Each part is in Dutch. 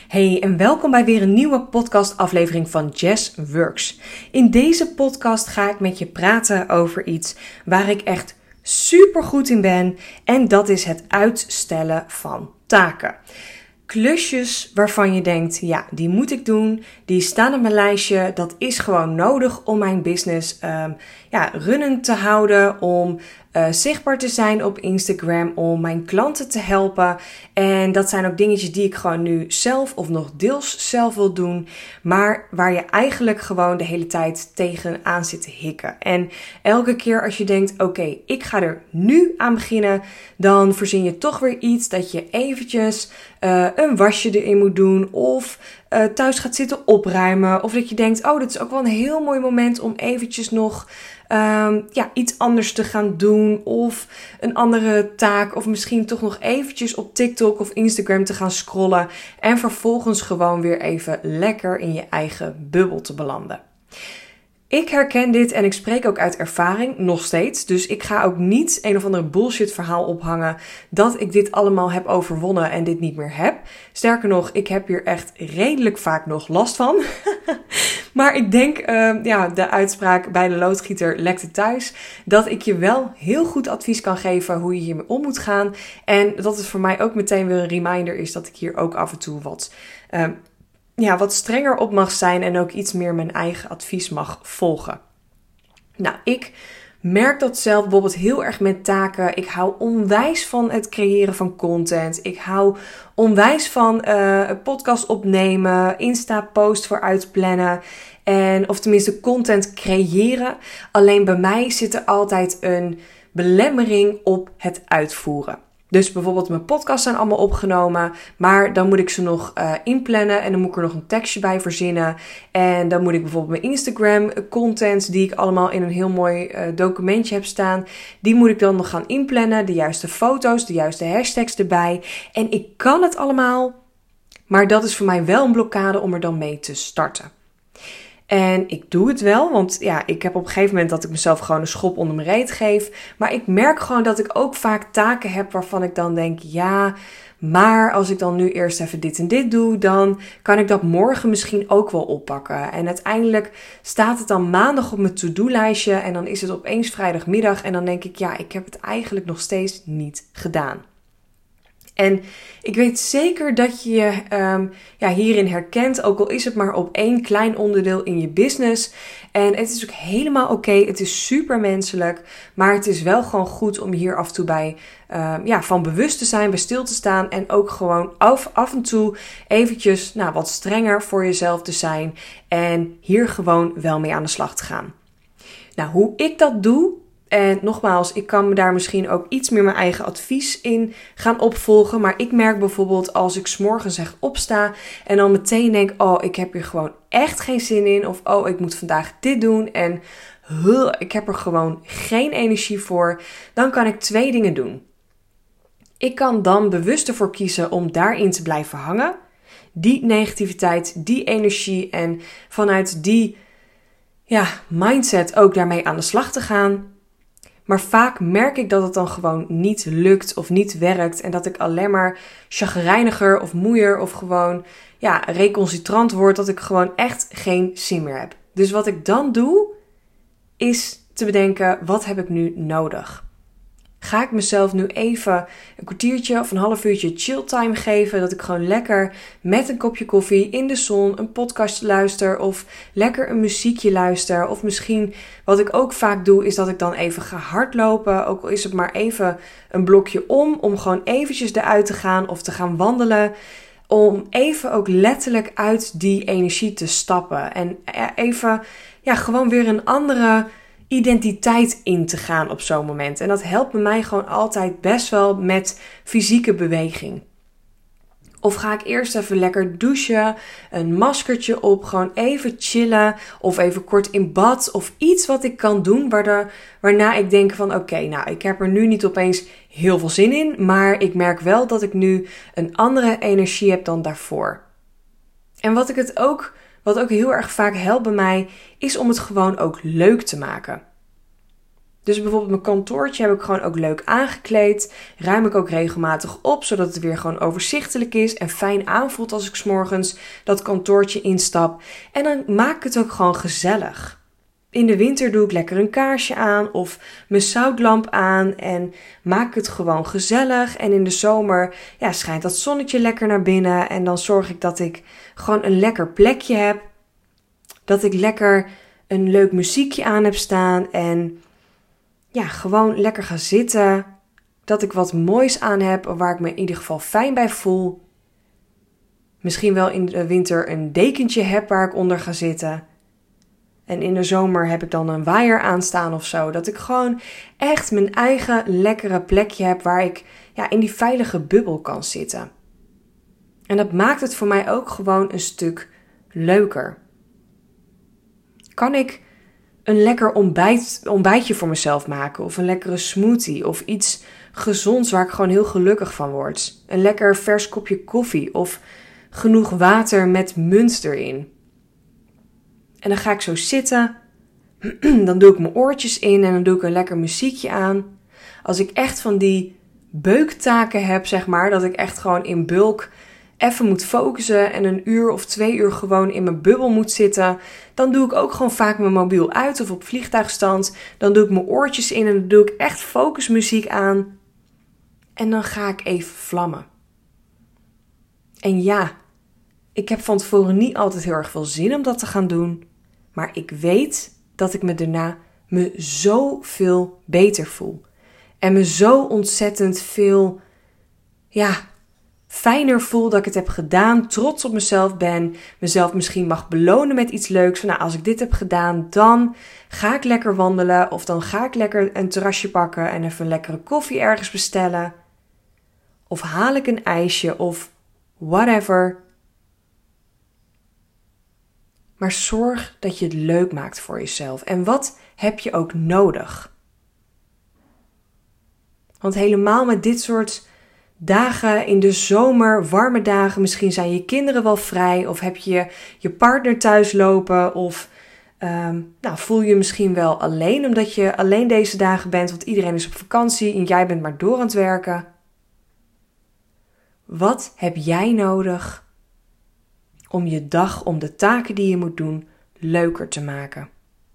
Hey en welkom bij weer een nieuwe podcastaflevering van Jazz Works. In deze podcast ga ik met je praten over iets waar ik echt super goed in ben en dat is het uitstellen van taken. Klusjes waarvan je denkt, ja, die moet ik doen, die staan op mijn lijstje, dat is gewoon nodig om mijn business runnend te houden, om zichtbaar te zijn op Instagram, om mijn klanten te helpen. En dat zijn ook dingetjes die ik gewoon nu zelf of nog deels zelf wil doen, maar waar je eigenlijk gewoon de hele tijd tegenaan zit te hikken. En elke keer als je denkt, oké, ik ga er nu aan beginnen, dan verzin je toch weer iets dat je eventjes een wasje erin moet doen of thuis gaat zitten opruimen. Of dat je denkt, oh, dat is ook wel een heel mooi moment om eventjes nog iets anders te gaan doen. Of een andere taak. Of misschien toch nog eventjes op TikTok of Instagram te gaan scrollen. En vervolgens gewoon weer even lekker in je eigen bubbel te belanden. Ik herken dit en ik spreek ook uit ervaring, nog steeds. Dus ik ga ook niet een of andere bullshit verhaal ophangen dat ik dit allemaal heb overwonnen en dit niet meer heb. Sterker nog, ik heb hier echt redelijk vaak nog last van. Maar ik denk, de uitspraak bij de loodgieter lekt het thuis, dat ik je wel heel goed advies kan geven hoe je hiermee om moet gaan. En dat het voor mij ook meteen weer een reminder is dat ik hier ook af en toe wat strenger op mag zijn en ook iets meer mijn eigen advies mag volgen. Nou, ik merk dat zelf bijvoorbeeld heel erg met taken. Ik hou onwijs van het creëren van content. Ik hou onwijs van een podcast opnemen, Insta-post vooruit plannen. Of tenminste content creëren. Alleen bij mij zit er altijd een belemmering op het uitvoeren. Dus bijvoorbeeld mijn podcasts zijn allemaal opgenomen, maar dan moet ik ze nog inplannen en dan moet ik er nog een tekstje bij verzinnen. En dan moet ik bijvoorbeeld mijn Instagram content, die ik allemaal in een heel mooi documentje heb staan, die moet ik dan nog gaan inplannen. De juiste foto's, de juiste hashtags erbij. En ik kan het allemaal, maar dat is voor mij wel een blokkade om er dan mee te starten. En ik doe het wel, want ja, ik heb op een gegeven moment dat ik mezelf gewoon een schop onder mijn reet geef. Maar ik merk gewoon dat ik ook vaak taken heb waarvan ik dan denk, ja, maar als ik dan nu eerst even dit en dit doe, dan kan ik dat morgen misschien ook wel oppakken. En uiteindelijk staat het dan maandag op mijn to-do-lijstje en dan is het opeens vrijdagmiddag en dan denk ik, ja, ik heb het eigenlijk nog steeds niet gedaan. En ik weet zeker dat je je hierin herkent, ook al is het maar op één klein onderdeel in je business. En het is ook helemaal oké, het is super menselijk, maar het is wel gewoon goed om hier af en toe bij van bewust te zijn, bij stil te staan en ook gewoon af en toe eventjes wat strenger voor jezelf te zijn en hier gewoon wel mee aan de slag te gaan. Nou, hoe ik dat doe. En nogmaals, ik kan me daar misschien ook iets meer mijn eigen advies in gaan opvolgen. Maar ik merk bijvoorbeeld als ik 's morgens echt opsta en dan meteen denk, oh, ik heb hier gewoon echt geen zin in. Of oh, ik moet vandaag dit doen en ik heb er gewoon geen energie voor. Dan kan ik 2 dingen doen. Ik kan dan bewust ervoor kiezen om daarin te blijven hangen. Die negativiteit, die energie en vanuit die mindset ook daarmee aan de slag te gaan. Maar vaak merk ik dat het dan gewoon niet lukt of niet werkt. En dat ik alleen maar chagrijniger of moeier of gewoon recalcitrant word. Dat ik gewoon echt geen zin meer heb. Dus wat ik dan doe, is te bedenken, wat heb ik nu nodig? Ga ik mezelf nu even een kwartiertje of een half uurtje chilltime geven. Dat ik gewoon lekker met een kopje koffie in de zon een podcast luister. Of lekker een muziekje luister. Of misschien wat ik ook vaak doe is dat ik dan even ga hardlopen. Ook al is het maar even een blokje om gewoon eventjes eruit te gaan of te gaan wandelen. Om even ook letterlijk uit die energie te stappen. En even gewoon weer een andere identiteit in te gaan op zo'n moment. En dat helpt bij mij gewoon altijd best wel met fysieke beweging. Of ga ik eerst even lekker douchen, een maskertje op, gewoon even chillen of even kort in bad of iets wat ik kan doen waarna ik denk van oké, ik heb er nu niet opeens heel veel zin in, maar ik merk wel dat ik nu een andere energie heb dan daarvoor. En wat ook heel erg vaak helpt bij mij, is om het gewoon ook leuk te maken. Dus bijvoorbeeld mijn kantoortje heb ik gewoon ook leuk aangekleed. Ruim ik ook regelmatig op, zodat het weer gewoon overzichtelijk is en fijn aanvoelt als ik 's morgens dat kantoortje instap. En dan maak ik het ook gewoon gezellig. In de winter doe ik lekker een kaarsje aan of mijn zoutlamp aan en maak ik het gewoon gezellig. En in de zomer schijnt dat zonnetje lekker naar binnen en dan zorg ik dat ik gewoon een lekker plekje heb. Dat ik lekker een leuk muziekje aan heb staan en gewoon lekker ga zitten. Dat ik wat moois aan heb waar ik me in ieder geval fijn bij voel. Misschien wel in de winter een dekentje heb waar ik onder ga zitten. En in de zomer heb ik dan een waaier aanstaan of zo. Dat ik gewoon echt mijn eigen lekkere plekje heb waar ik in die veilige bubbel kan zitten. En dat maakt het voor mij ook gewoon een stuk leuker. Kan ik een lekker ontbijtje voor mezelf maken of een lekkere smoothie of iets gezonds waar ik gewoon heel gelukkig van word. Een lekker vers kopje koffie of genoeg water met munt erin. En dan ga ik zo zitten, dan doe ik mijn oortjes in en dan doe ik een lekker muziekje aan. Als ik echt van die beuktaken heb, zeg maar, dat ik echt gewoon in bulk even moet focussen en 1 uur of 2 uur gewoon in mijn bubbel moet zitten, dan doe ik ook gewoon vaak mijn mobiel uit of op vliegtuigstand. Dan doe ik mijn oortjes in en dan doe ik echt focusmuziek aan. En dan ga ik even vlammen. En ik heb van tevoren niet altijd heel erg veel zin om dat te gaan doen. Maar ik weet dat ik me daarna zoveel beter voel. En me zo ontzettend veel, fijner voel dat ik het heb gedaan. Trots op mezelf ben. Mezelf misschien mag belonen met iets leuks. Van, als ik dit heb gedaan, dan ga ik lekker wandelen. Of dan ga ik lekker een terrasje pakken en even een lekkere koffie ergens bestellen. Of haal ik een ijsje of whatever. Maar zorg dat je het leuk maakt voor jezelf. En wat heb je ook nodig? Want helemaal met dit soort dagen in de zomer, warme dagen, misschien zijn je kinderen wel vrij of heb je je partner thuis lopen of voel je misschien wel alleen omdat je alleen deze dagen bent, want iedereen is op vakantie en jij bent maar door aan het werken. Wat heb jij nodig om je dag, om de taken die je moet doen, leuker te maken?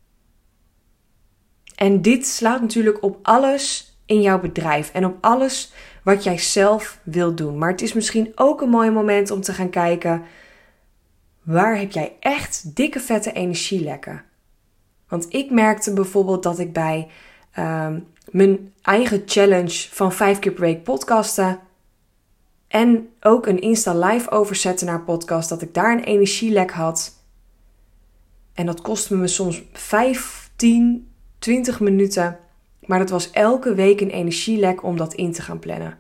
En dit slaat natuurlijk op alles in jouw bedrijf en op alles wat jij zelf wil doen. Maar het is misschien ook een mooi moment om te gaan kijken, waar heb jij echt dikke vette energielekken? Want ik merkte bijvoorbeeld dat ik bij mijn eigen challenge van 5 keer per week podcasten en ook een Insta live overzetten naar podcast, dat ik daar een energielek had. En dat kostte me soms 15, 20 minuten. Maar dat was elke week een energielek om dat in te gaan plannen.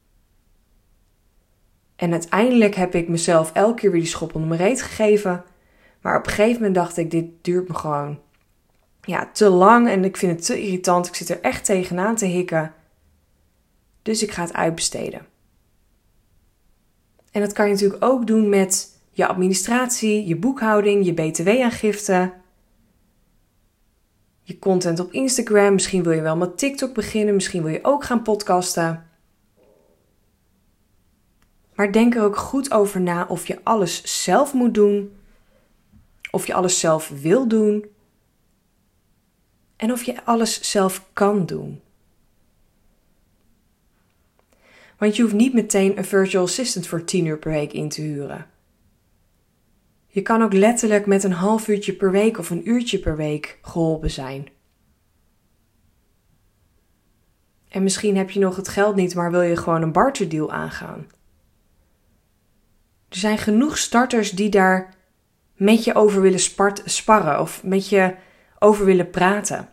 En uiteindelijk heb ik mezelf elke keer weer die schop onder mijn reet gegeven. Maar op een gegeven moment dacht ik, dit duurt me gewoon te lang en ik vind het te irritant. Ik zit er echt tegenaan te hikken. Dus ik ga het uitbesteden. En dat kan je natuurlijk ook doen met je administratie, je boekhouding, je btw-aangifte, je content op Instagram. Misschien wil je wel met TikTok beginnen, misschien wil je ook gaan podcasten. Maar denk er ook goed over na of je alles zelf moet doen, of je alles zelf wil doen en of je alles zelf kan doen. Want je hoeft niet meteen een virtual assistant voor 10 uur per week in te huren. Je kan ook letterlijk met een half uurtje per week of een uurtje per week geholpen zijn. En misschien heb je nog het geld niet, maar wil je gewoon een barterdeal aangaan. Er zijn genoeg starters die daar met je over willen sparren of met je over willen praten.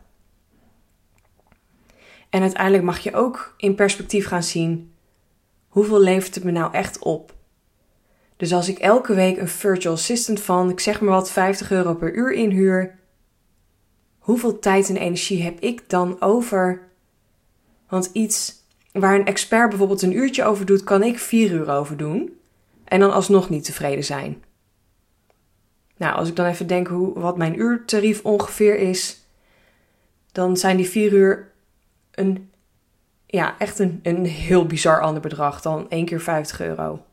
En uiteindelijk mag je ook in perspectief gaan zien, hoeveel levert het me nou echt op? Dus als ik elke week een virtual assistant van, ik zeg maar wat, €50 per uur inhuur, hoeveel tijd en energie heb ik dan over? Want iets waar een expert bijvoorbeeld 1 uurtje over doet, kan ik 4 uur over doen en dan alsnog niet tevreden zijn. Nou, als ik dan even denk wat mijn uurtarief ongeveer is, dan zijn die 4 uur echt een heel bizar ander bedrag dan 1 keer €50.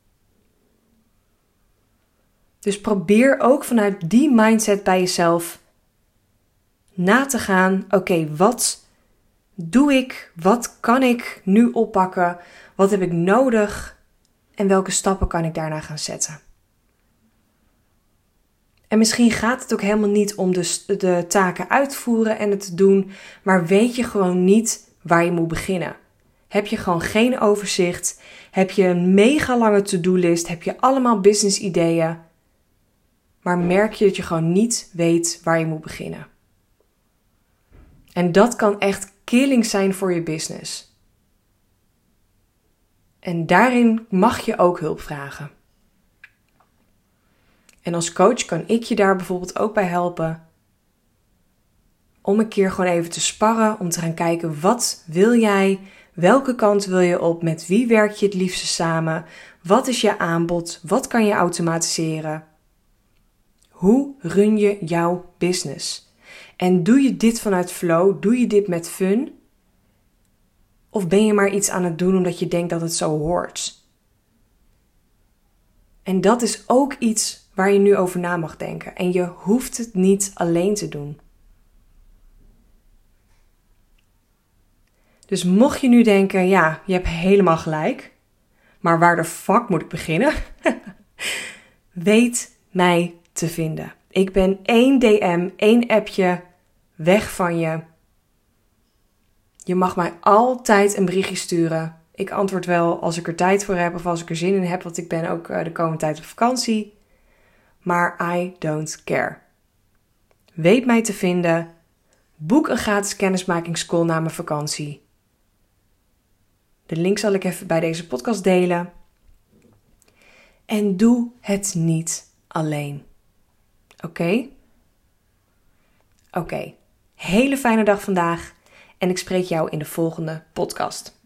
Dus probeer ook vanuit die mindset bij jezelf na te gaan. Oké, wat doe ik? Wat kan ik nu oppakken? Wat heb ik nodig? En welke stappen kan ik daarna gaan zetten? En misschien gaat het ook helemaal niet om de taken uitvoeren en het te doen, maar weet je gewoon niet waar je moet beginnen. Heb je gewoon geen overzicht? Heb je een mega lange to-do-list? Heb je allemaal business ideeën? Maar merk je dat je gewoon niet weet waar je moet beginnen. En dat kan echt killing zijn voor je business. En daarin mag je ook hulp vragen. En als coach kan ik je daar bijvoorbeeld ook bij helpen. Om een keer gewoon even te sparren. Om te gaan kijken, wat wil jij? Welke kant wil je op? Met wie werk je het liefste samen? Wat is je aanbod? Wat kan je automatiseren? Hoe run je jouw business? En doe je dit vanuit flow? Doe je dit met fun? Of ben je maar iets aan het doen omdat je denkt dat het zo hoort? En dat is ook iets waar je nu over na mag denken. En je hoeft het niet alleen te doen. Dus mocht je nu denken, ja, je hebt helemaal gelijk. Maar waar de fuck moet ik beginnen? Weet mij te vinden. Ik ben 1 DM, 1 appje weg van je. Je mag mij altijd een berichtje sturen. Ik antwoord wel als ik er tijd voor heb of als ik er zin in heb, want ik ben ook de komende tijd op vakantie. Maar I don't care. Weet mij te vinden. Boek een gratis kennismakingscall na mijn vakantie. De link zal ik even bij deze podcast delen. En doe het niet alleen. Oké? Oké. Hele fijne dag vandaag. En ik spreek jou in de volgende podcast.